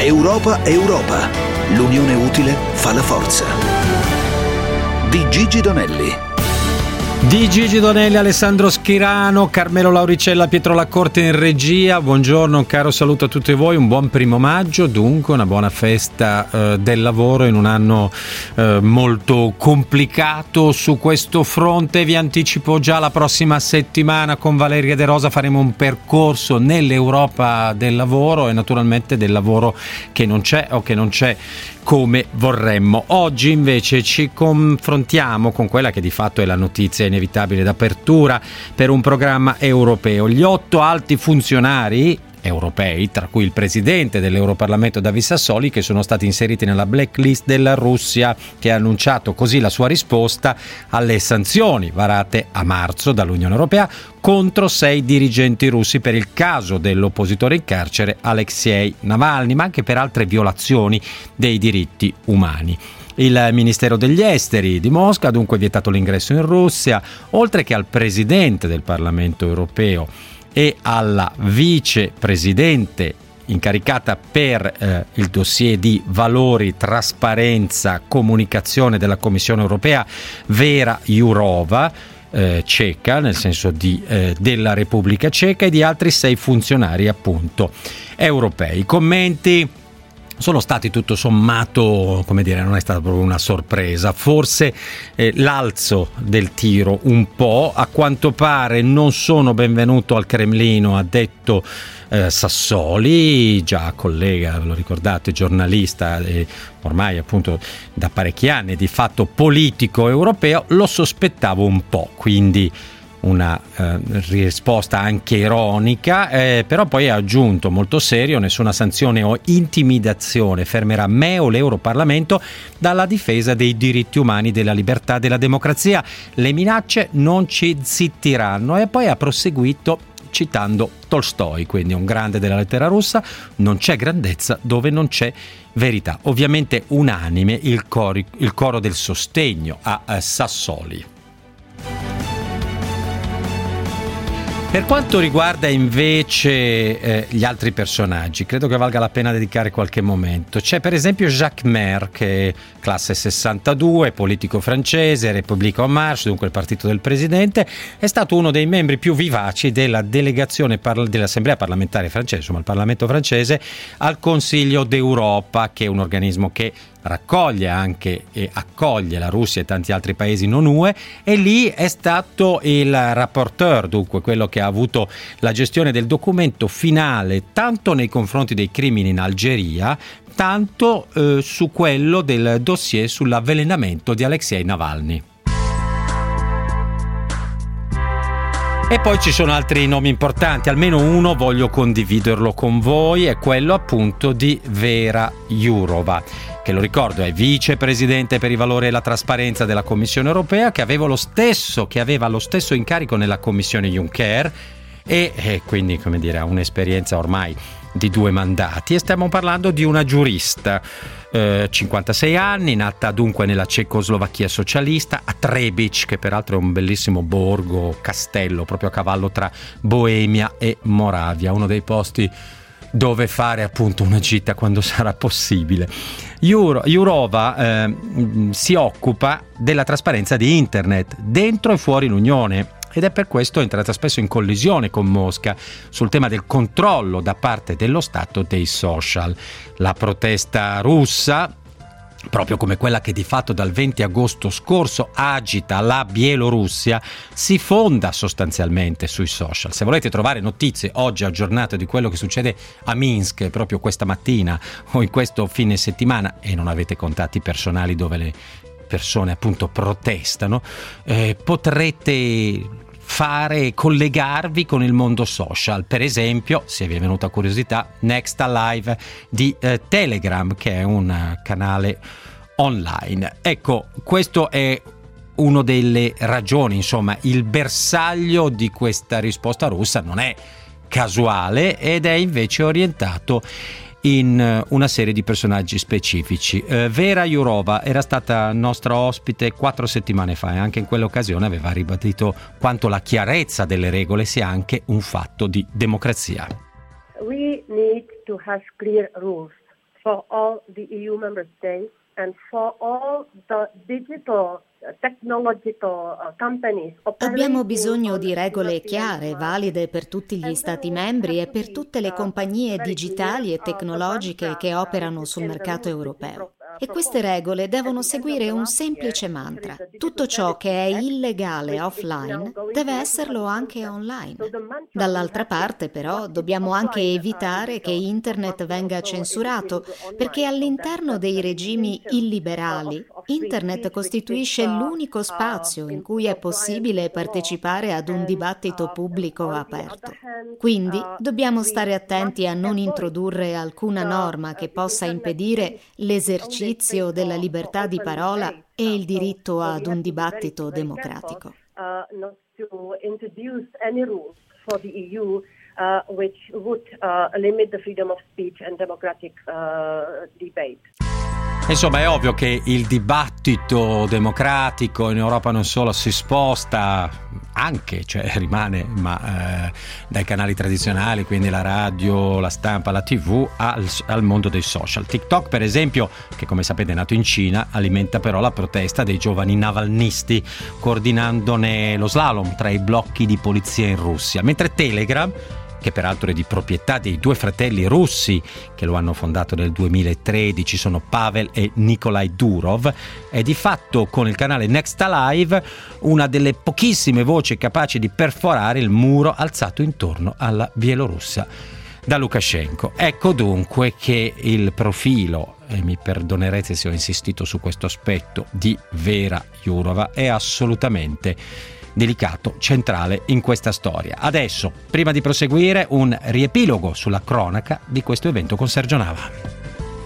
Europa. L'unione utile fa la forza. Di Gigi Donelli. Di Gigi Donelli, Alessandro Schirano, Carmelo Lauricella, Pietro Lacorte in regia. Buongiorno, un caro saluto a tutti voi, un buon 1 maggio, dunque una buona festa del lavoro in un anno molto complicato su questo fronte. Vi anticipo già la prossima settimana con Valeria De Rosa faremo un percorso nell'Europa del lavoro e naturalmente del lavoro che non c'è o che non c'è come vorremmo. Oggi invece ci confrontiamo con quella che di fatto è la notizia inevitabile d'apertura per un programma europeo. Gli 8 alti funzionari europei, tra cui il presidente dell'Europarlamento David Sassoli, che sono stati inseriti nella blacklist della Russia, che ha annunciato così la sua risposta alle sanzioni varate a marzo dall'Unione Europea contro 6 dirigenti russi per il caso dell'oppositore in carcere Alexei Navalny, ma anche per altre violazioni dei diritti umani. Il Ministero degli Esteri di Mosca ha dunque vietato l'ingresso in Russia, oltre che al presidente del Parlamento europeo e alla vicepresidente incaricata per il dossier di valori, trasparenza, comunicazione della Commissione europea, Vera Jourova, ceca, nel senso della Repubblica Ceca, e di altri 6 funzionari appunto europei. I commenti sono stati tutto sommato, come dire, non è stata proprio una sorpresa, forse l'alzo del tiro un po', a quanto pare non sono benvenuto al Cremlino, ha detto Sassoli, già collega, ve lo ricordate, giornalista ormai appunto da parecchi anni, di fatto politico europeo, lo sospettavo un po', quindi una risposta anche ironica, però poi ha aggiunto molto serio: nessuna sanzione o intimidazione fermerà me o l'Europarlamento dalla difesa dei diritti umani, della libertà, della democrazia. Le minacce non ci zittiranno. E poi ha proseguito citando Tolstoi, quindi un grande della lettera russa: non c'è grandezza dove non c'è verità. Ovviamente unanime il coro del sostegno a Sassoli. Per quanto riguarda invece gli altri personaggi, credo che valga la pena dedicare qualche momento. C'è per esempio Jacques Mer, che è classe 62, politico francese, République en Marche, dunque il partito del presidente, è stato uno dei membri più vivaci della delegazione dell'Assemblea parlamentare francese, insomma il Parlamento francese, al Consiglio d'Europa, che è un organismo che raccoglie anche e accoglie la Russia e tanti altri paesi non UE, e lì è stato il rapporteur, dunque quello che ha avuto la gestione del documento finale tanto nei confronti dei crimini in Algeria, tanto su quello del dossier sull'avvelenamento di Alexei Navalny. E poi ci sono altri nomi importanti, almeno uno voglio condividerlo con voi, è quello appunto di Vera Jourova, che lo ricordo è vicepresidente per i valori e la trasparenza della Commissione europea, che aveva lo stesso incarico nella Commissione Juncker e quindi, come dire, ha un'esperienza ormai di 2 mandati, e stiamo parlando di una giurista, 56 anni, nata dunque nella Cecoslovacchia socialista, a Trebic, che peraltro è un bellissimo borgo, castello, proprio a cavallo tra Boemia e Moravia, uno dei posti dove fare appunto una gita quando sarà possibile. Jourova si occupa della trasparenza di internet dentro e fuori l'Unione, ed è per questo entrata spesso in collisione con Mosca sul tema del controllo da parte dello Stato dei social. La protesta russa, proprio come quella che di fatto dal 20 agosto scorso agita la Bielorussia, si fonda sostanzialmente sui social. Se volete trovare notizie oggi aggiornate di quello che succede a Minsk proprio questa mattina o in questo fine settimana, e non avete contatti personali dove le persone appunto protestano, potrete collegarvi con il mondo social. Per esempio, se vi è venuta curiosità, Next Alive di Telegram, che è un canale online. Ecco, questo è una delle ragioni, insomma, il bersaglio di questa risposta russa non è casuale ed è invece orientato in una serie di personaggi specifici. Vera Jourova era stata nostra ospite 4 settimane fa e anche in quell'occasione aveva ribadito quanto la chiarezza delle regole sia anche un fatto di democrazia. We need to have clear rules. for all the EU member states and for all the digital technological companies. Abbiamo bisogno di regole chiare, valide per tutti gli Stati membri e per tutte le compagnie digitali e tecnologiche che operano sul mercato europeo. E queste regole devono seguire un semplice mantra. Tutto ciò che è illegale offline deve esserlo anche online. Dall'altra parte, però, dobbiamo anche evitare che Internet venga censurato, perché all'interno dei regimi illiberali, Internet costituisce l'unico spazio in cui è possibile partecipare ad un dibattito pubblico aperto. Quindi dobbiamo stare attenti a non introdurre alcuna norma che possa impedire l'esercizio della libertà di parola e il diritto ad un dibattito democratico. Which would limit the freedom of speech and democratic debate. Insomma, è ovvio che il dibattito democratico in Europa non solo si sposta anche, cioè rimane, ma dai canali tradizionali, quindi la radio, la stampa, la TV, al mondo dei social. TikTok, per esempio, che come sapete è nato in Cina, alimenta però la protesta dei giovani navalnisti, coordinandone lo slalom tra i blocchi di polizia in Russia, mentre Telegram, che peraltro è di proprietà dei due fratelli russi che lo hanno fondato nel 2013, sono Pavel e Nikolai Durov, è di fatto con il canale Next Alive una delle pochissime voci capaci di perforare il muro alzato intorno alla Bielorussia da Lukashenko. Ecco dunque che il profilo, e mi perdonerete se ho insistito su questo aspetto, di Vera Jourova è assolutamente delicato, centrale in questa storia. Adesso, prima di proseguire, un riepilogo sulla cronaca di questo evento con Sergio Nava.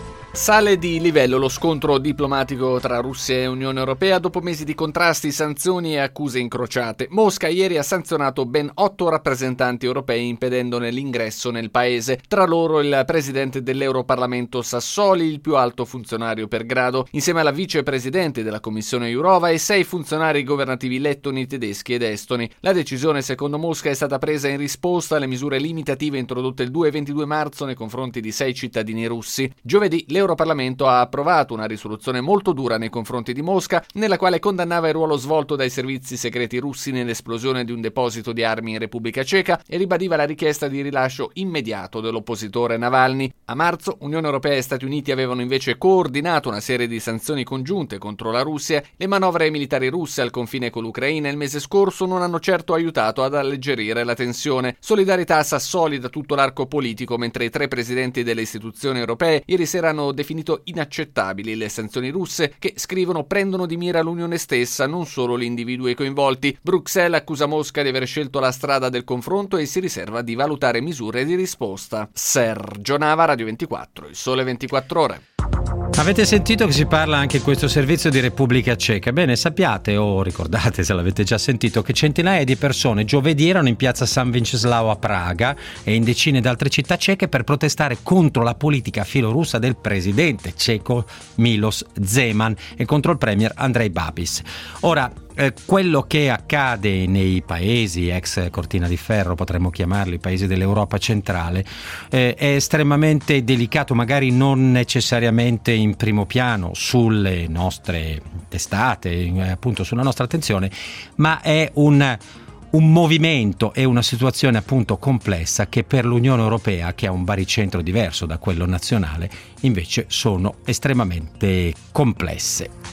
Sale di livello lo scontro diplomatico tra Russia e Unione Europea dopo mesi di contrasti, sanzioni e accuse incrociate. Mosca ieri ha sanzionato ben 8 rappresentanti europei impedendone l'ingresso nel paese, tra loro il presidente dell'Europarlamento Sassoli, il più alto funzionario per grado, insieme alla vicepresidente della Commissione Jourova e 6 funzionari governativi lettoni, tedeschi ed estoni. La decisione, secondo Mosca, è stata presa in risposta alle misure limitative introdotte il 2 e 22 marzo nei confronti di 6 cittadini russi. Giovedì l'Europarlamento ha approvato una risoluzione molto dura nei confronti di Mosca, nella quale condannava il ruolo svolto dai servizi segreti russi nell'esplosione di un deposito di armi in Repubblica Ceca e ribadiva la richiesta di rilascio immediato dell'oppositore Navalny. A marzo Unione Europea e Stati Uniti avevano invece coordinato una serie di sanzioni congiunte contro la Russia. Le manovre militari russe al confine con l'Ucraina il mese scorso non hanno certo aiutato ad alleggerire la tensione. Solidarietà a Sassoli da tutto l'arco politico, mentre i 3 presidenti delle istituzioni europee ieri sera hanno definito inaccettabili le sanzioni russe che, scrivono, prendono di mira l'Unione stessa, non solo gli individui coinvolti. Bruxelles accusa Mosca di aver scelto la strada del confronto e si riserva di valutare misure di risposta. Sergio Nava, Radio 24, Il Sole 24 Ore. Avete sentito che si parla anche in questo servizio di Repubblica Ceca? Bene, sappiate o ricordate, se l'avete già sentito, che centinaia di persone giovedì erano in piazza San Venceslao a Praga e in decine di altre città ceche per protestare contro la politica filorussa del presidente ceco Miloš Zeman e contro il premier Andrej Babis. Ora, quello che accade nei paesi ex cortina di ferro, potremmo chiamarli paesi dell'Europa centrale, è estremamente delicato, magari non necessariamente in primo piano sulle nostre testate, appunto sulla nostra attenzione, ma è un movimento e una situazione appunto complessa che per l'Unione Europea, che ha un baricentro diverso da quello nazionale, invece sono estremamente complesse.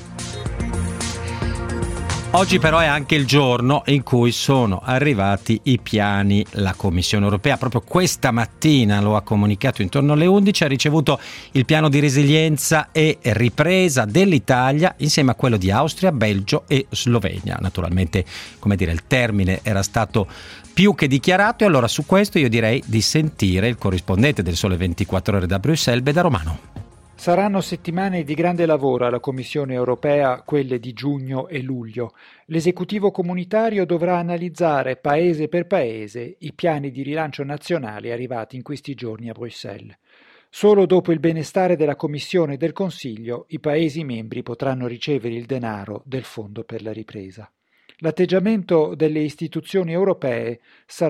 Oggi però è anche il giorno in cui sono arrivati i piani. La Commissione Europea proprio questa mattina lo ha comunicato intorno alle 11, ha ricevuto il piano di resilienza e ripresa dell'Italia insieme a quello di Austria, Belgio e Slovenia. Naturalmente, come dire, il termine era stato più che dichiarato e allora su questo io direi di sentire il corrispondente del Sole 24 Ore da Bruxelles, Beda Romano. Saranno settimane di grande lavoro alla Commissione europea, quelle di giugno e luglio. L'esecutivo comunitario dovrà analizzare paese per paese i piani di rilancio nazionali arrivati in questi giorni a Bruxelles. Solo dopo il benestare della Commissione e del Consiglio i Paesi membri potranno ricevere il denaro del Fondo per la ripresa. L'atteggiamento delle istituzioni europee sarà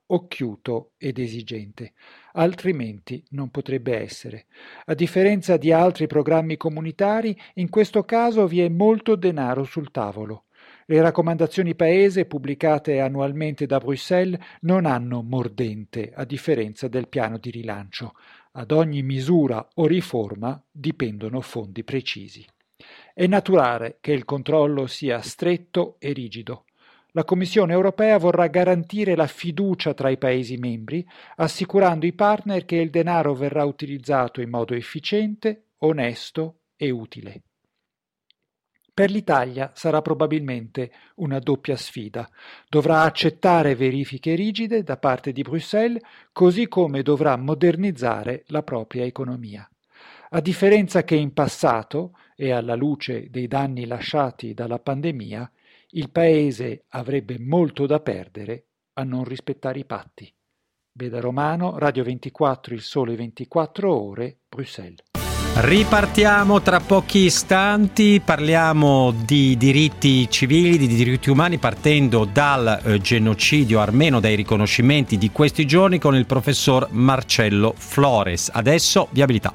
occhiuto ed esigente. Altrimenti non potrebbe essere. A differenza di altri programmi comunitari, in questo caso vi è molto denaro sul tavolo. Le raccomandazioni paese pubblicate annualmente da Bruxelles non hanno mordente, a differenza del piano di rilancio. Ad ogni misura o riforma dipendono fondi precisi. È naturale che il controllo sia stretto e rigido. La Commissione europea vorrà garantire la fiducia tra i Paesi membri, assicurando i partner che il denaro verrà utilizzato in modo efficiente, onesto e utile. Per l'Italia sarà probabilmente una doppia sfida. Dovrà accettare verifiche rigide da parte di Bruxelles, così come dovrà modernizzare la propria economia. A differenza che in passato, e alla luce dei danni lasciati dalla pandemia, il Paese avrebbe molto da perdere a non rispettare i patti. Beda Romano, Radio 24, Il Sole 24 Ore, Bruxelles. Ripartiamo tra pochi istanti, parliamo di diritti civili, di diritti umani, partendo dal genocidio armeno, dai riconoscimenti di questi giorni con il professor Marcello Flores. Adesso viabilità.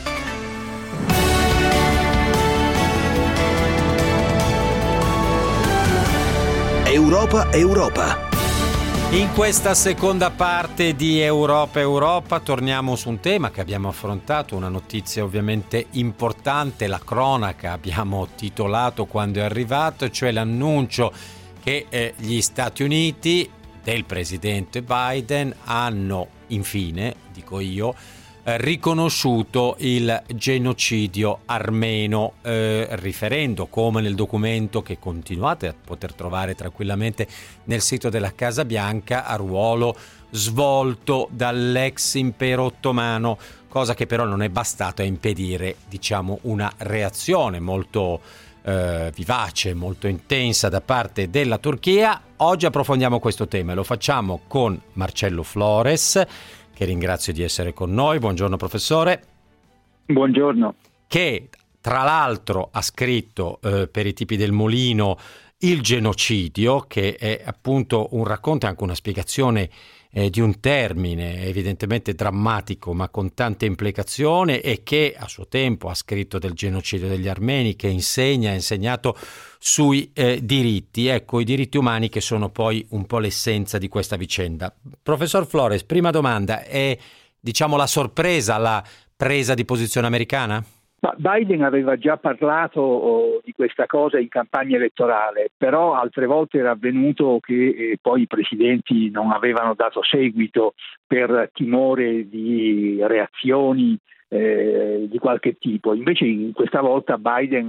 Europa. In questa seconda parte di Europa torniamo su un tema che abbiamo affrontato, una notizia ovviamente importante, la cronaca abbiamo titolato quando è arrivato, cioè l'annuncio che gli Stati Uniti del presidente Biden hanno infine, dico io, riconosciuto il genocidio armeno, riferendo, come nel documento che continuate a poter trovare tranquillamente nel sito della Casa Bianca, a ruolo svolto dall'ex impero ottomano, cosa che però non è bastato a impedire, diciamo, una reazione molto vivace, molto intensa da parte della Turchia. Oggi approfondiamo questo tema e lo facciamo con Marcello Flores, che ringrazio di essere con noi. Buongiorno professore. Buongiorno. Che tra l'altro ha scritto per i tipi del Mulino Il genocidio, che è appunto un racconto e anche una spiegazione di un termine evidentemente drammatico ma con tante implicazioni, e che a suo tempo ha scritto del genocidio degli armeni, che ha insegnato sui diritti, ecco, i diritti umani, che sono poi un po' l'essenza di questa vicenda. Professor Flores, prima domanda, è diciamo la sorpresa, la presa di posizione americana? Biden aveva già parlato di questa cosa in campagna elettorale, però altre volte era avvenuto che poi i presidenti non avevano dato seguito per timore di reazioni di qualche tipo. Invece questa volta Biden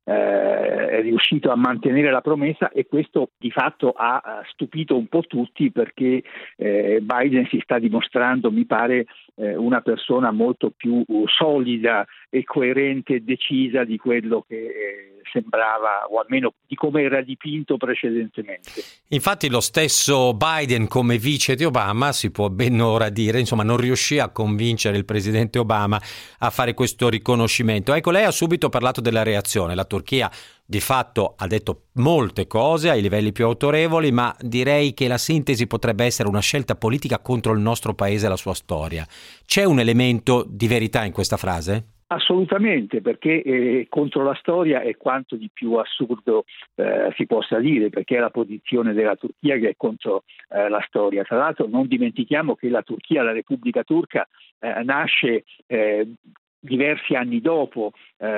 è riuscito a mantenere la promessa, e questo di fatto ha stupito un po' tutti, perché Biden si sta dimostrando, mi pare, una persona molto più solida e coerente e decisa di quello che sembrava, o almeno di come era dipinto precedentemente. Infatti lo stesso Biden, come vice di Obama, si può ben ora dire, insomma, non riuscì a convincere il presidente Obama a fare questo riconoscimento. Ecco, lei ha subito parlato della reazione. La Turchia di fatto ha detto molte cose ai livelli più autorevoli, ma direi che la sintesi potrebbe essere una scelta politica contro il nostro paese e la sua storia. C'è un elemento di verità in questa frase? Assolutamente, perché contro la storia è quanto di più assurdo si possa dire, perché è la posizione della Turchia che è contro la storia. Tra l'altro non dimentichiamo che la Turchia, la Repubblica Turca, nasce diversi anni dopo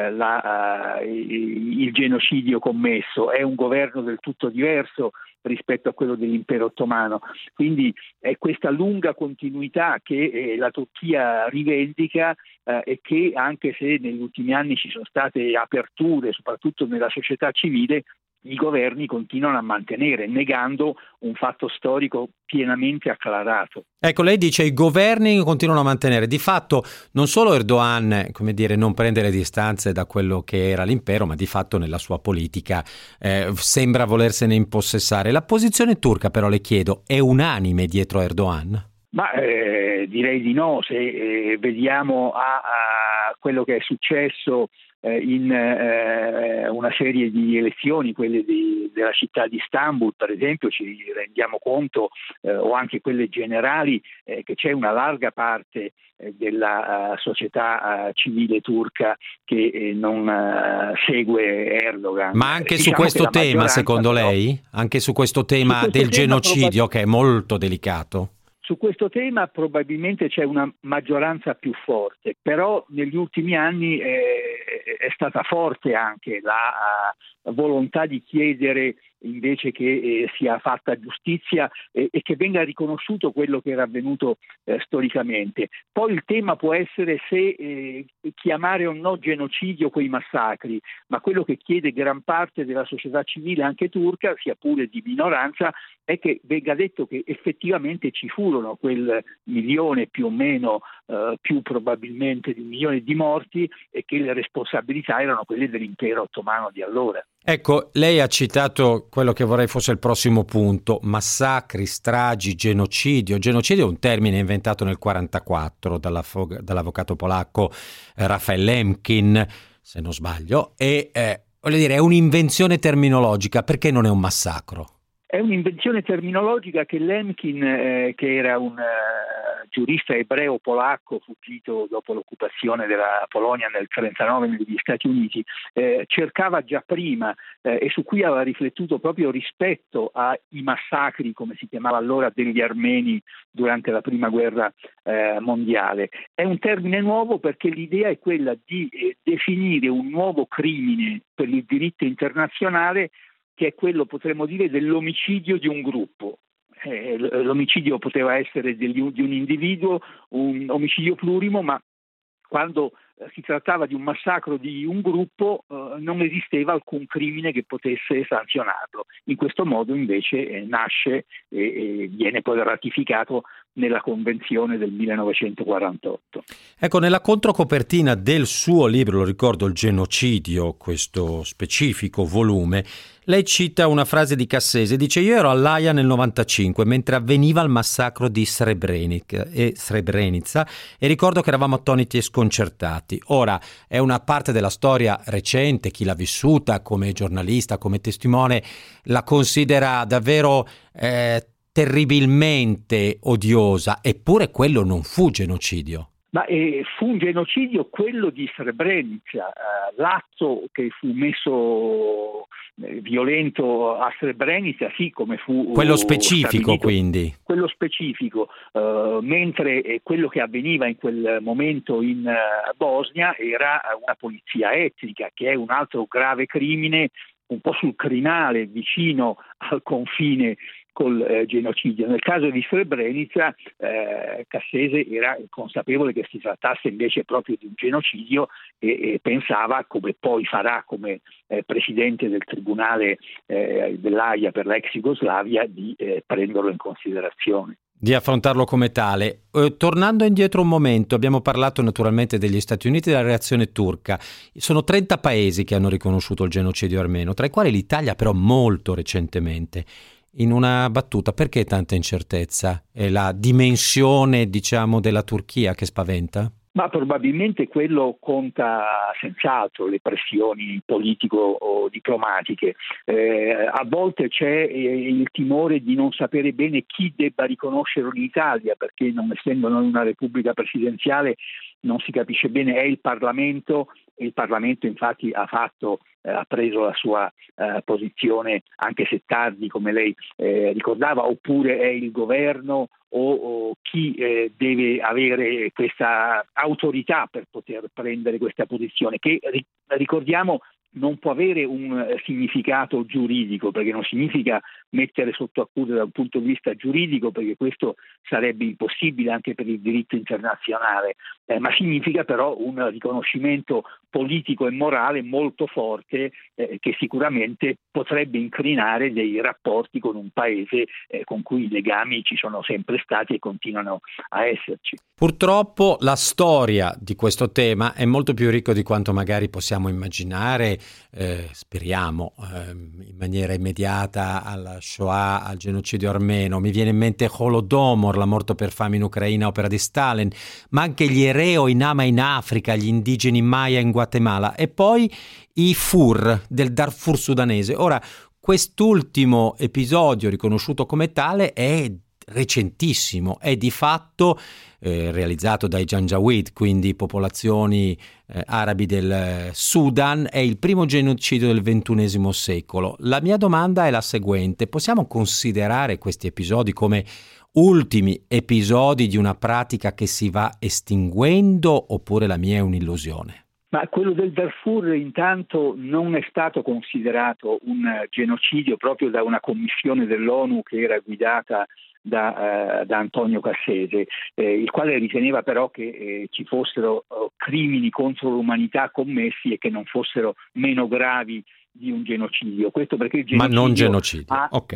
il genocidio commesso. È un governo del tutto diverso rispetto a quello dell'impero ottomano, quindi è questa lunga continuità che la Turchia rivendica e che, anche se negli ultimi anni ci sono state aperture soprattutto nella società civile, i governi continuano a mantenere, negando un fatto storico pienamente acclarato. Ecco, lei dice i governi continuano a mantenere. Di fatto non solo Erdogan, come dire, non prende le distanze da quello che era l'impero, ma di fatto nella sua politica sembra volersene impossessare. La posizione turca, però, le chiedo, è unanime dietro Erdogan? Ma direi di no. Se vediamo a quello che è successo in una serie di elezioni, quelle della città di Istanbul per esempio, ci rendiamo conto, o anche quelle generali, che c'è una larga parte della società civile turca che non segue Erdogan. Ma anche su questo tema, secondo lei? Anche su questo tema del genocidio, che è molto delicato? Su questo tema probabilmente c'è una maggioranza più forte, però negli ultimi anni è stata forte anche la volontà di chiedere invece che sia fatta giustizia e che venga riconosciuto quello che era avvenuto storicamente. Poi il tema può essere se chiamare o no genocidio quei massacri, ma quello che chiede gran parte della società civile, anche turca, sia pure di minoranza, è che venga detto che effettivamente ci furono quel milione più o meno, più probabilmente di 1 milione di morti, e che le responsabilità erano quelle dell'impero ottomano di allora. Ecco, lei ha citato quello che vorrei fosse il prossimo punto: massacri, stragi, genocidio. Genocidio è un termine inventato nel 1944 dall'avvocato polacco Raphael Lemkin, se non sbaglio, e voglio dire, è un'invenzione terminologica. Perché non è un massacro? È un'invenzione terminologica che Lemkin, che era un giurista ebreo polacco fuggito dopo l'occupazione della Polonia nel 1939 negli Stati Uniti, cercava già prima e su cui aveva riflettuto proprio rispetto ai massacri, come si chiamava allora, degli armeni durante la Prima Guerra mondiale. È un termine nuovo perché l'idea è quella di definire un nuovo crimine per il diritto internazionale, che è quello, potremmo dire, dell'omicidio di un gruppo. L'omicidio poteva essere di un individuo, un omicidio plurimo, ma quando si trattava di un massacro di un gruppo non esisteva alcun crimine che potesse sanzionarlo. In questo modo invece nasce e viene poi ratificato nella Convenzione del 1948. Ecco, nella controcopertina del suo libro, lo ricordo, Il genocidio, questo specifico volume, lei cita una frase di Cassese, dice: io ero all'Aia nel 95 mentre avveniva il massacro di Srebrenica e ricordo che eravamo attoniti e sconcertati. Ora, è una parte della storia recente, chi l'ha vissuta come giornalista, come testimone, la considera davvero terribilmente odiosa, eppure quello non fu genocidio. Ma fu un genocidio quello di Srebrenica, l'atto che fu messo violento a Srebrenica, sì, come fu quello specifico, quindi quello specifico, mentre quello che avveniva in quel momento in Bosnia era una pulizia etnica, che è un altro grave crimine, un po' sul crinale, vicino al confine col genocidio. Nel caso di Srebrenica Cassese era consapevole che si trattasse invece proprio di un genocidio e pensava, come poi farà come presidente del Tribunale dell'Aia per l'ex Jugoslavia, di prenderlo in considerazione, di affrontarlo come tale. Tornando indietro un momento, abbiamo parlato naturalmente degli Stati Uniti e della reazione turca. Sono 30 paesi che hanno riconosciuto il genocidio armeno, tra i quali l'Italia però molto recentemente. In una battuta, perché tanta incertezza? È la dimensione, diciamo, della Turchia che spaventa? Ma probabilmente quello conta senz'altro, le pressioni politico o diplomatiche. A volte c'è il timore di non sapere bene chi debba riconoscerlo in Italia, perché non essendo noi una repubblica presidenziale non si capisce bene, è il Parlamento, e il Parlamento infatti ha preso la sua posizione, anche se tardi, come lei ricordava, oppure è il governo o chi deve avere questa autorità per poter prendere questa posizione, che ricordiamo non può avere un significato giuridico, perché non significa mettere sotto accusa dal punto di vista giuridico, perché questo sarebbe impossibile anche per il diritto internazionale, ma significa però un riconoscimento politico e morale molto forte che sicuramente potrebbe incrinare dei rapporti con un paese con cui i legami ci sono sempre stati e continuano a esserci. Purtroppo la storia di questo tema è molto più ricca di quanto magari possiamo immaginare, speriamo in maniera immediata alla Shoah al genocidio armeno, mi viene in mente Holodomor, la morte per fame in Ucraina, opera di Stalin, ma anche gli Ereo in Nama in Africa, gli indigeni Maya in Guatemala e poi i Fur del Darfur sudanese. Ora, quest'ultimo episodio riconosciuto come tale è recentissimo, è di fatto realizzato dai Janjaweed, quindi popolazioni arabi del Sudan, è il primo genocidio del XXI secolo. La mia domanda è la seguente: possiamo considerare questi episodi come ultimi episodi di una pratica che si va estinguendo, oppure la mia è un'illusione? Ma quello del Darfur intanto non è stato considerato un genocidio proprio da una commissione dell'ONU che era guidata da Antonio Cassese, il quale riteneva però che ci fossero crimini contro l'umanità commessi e che non fossero meno gravi di un genocidio. Questo perché il genocidio ma non genocidio,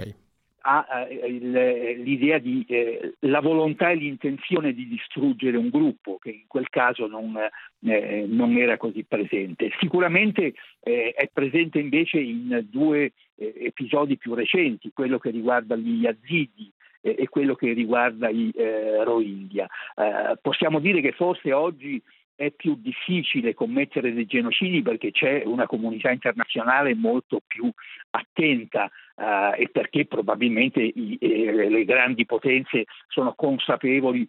ha l'idea di la volontà e l'intenzione di distruggere un gruppo, che in quel caso non era così presente. Sicuramente è presente invece in due episodi più recenti, quello che riguarda gli Yazidi e quello che riguarda i Rohingya. Possiamo dire che forse oggi è più difficile commettere dei genocidi perché c'è una comunità internazionale molto più attenta e perché probabilmente le grandi potenze sono consapevoli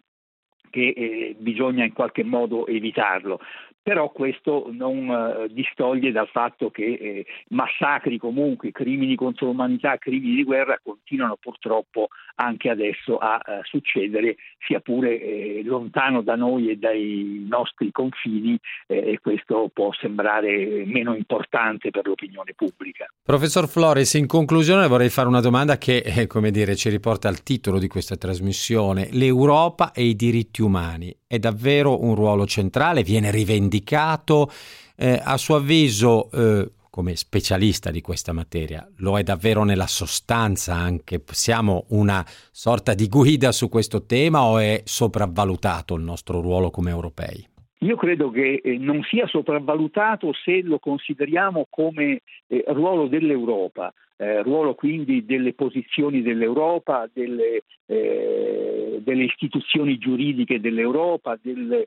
che bisogna in qualche modo evitarlo. Però questo non distoglie dal fatto che massacri comunque, crimini contro l'umanità, crimini di guerra continuano purtroppo anche adesso a succedere, sia pure lontano da noi e dai nostri confini, e questo può sembrare meno importante per l'opinione pubblica. Professor Flores, in conclusione vorrei fare una domanda che, ci riporta al titolo di questa trasmissione: l'Europa e i diritti umani. È davvero un ruolo centrale? Viene rivendicato? A suo avviso, come specialista di questa materia, lo è davvero nella sostanza anche? Siamo una sorta di guida su questo tema o è sopravvalutato il nostro ruolo come europei? Io credo che non sia sopravvalutato se lo consideriamo come ruolo dell'Europa, ruolo quindi delle posizioni dell'Europa, delle istituzioni giuridiche dell'Europa, delle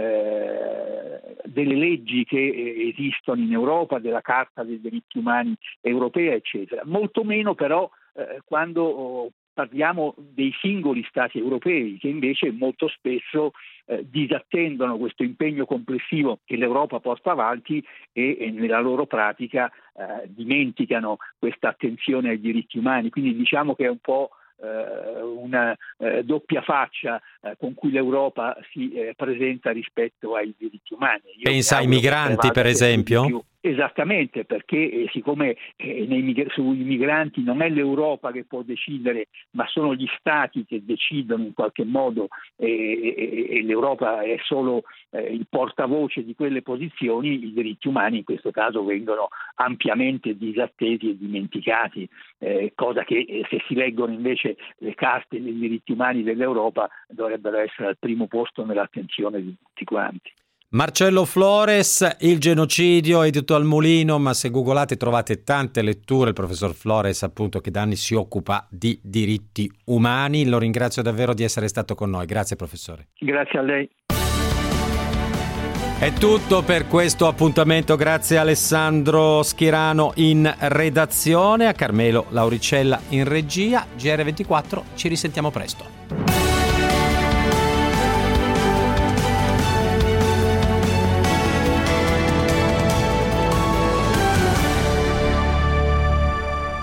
leggi che esistono in Europa, della Carta dei diritti umani europea, eccetera. Molto meno però quando parliamo dei singoli Stati europei, che invece molto spesso disattendono questo impegno complessivo che l'Europa porta avanti e nella loro pratica dimenticano questa attenzione ai diritti umani. Quindi diciamo che è un po' una doppia faccia con cui l'Europa si presenta rispetto ai diritti umani. Pensa ai migranti, per esempio? Esattamente, perché siccome sui migranti non è l'Europa che può decidere, ma sono gli Stati che decidono in qualche modo, e l'Europa è solo il portavoce di quelle posizioni, i diritti umani in questo caso vengono ampiamente disattesi e dimenticati, cosa che se si leggono invece le carte dei diritti umani dell'Europa dovrebbero essere al primo posto nell'attenzione di tutti quanti. Marcello Flores, Il genocidio, edito al Mulino, ma se googolate trovate tante letture. Il professor Flores, appunto, che da anni si occupa di diritti umani. Lo ringrazio davvero di essere stato con noi. Grazie, professore. Grazie a lei. È tutto per questo appuntamento. Grazie a Alessandro Schirano in redazione, a Carmelo Lauricella in regia. GR24, ci risentiamo presto.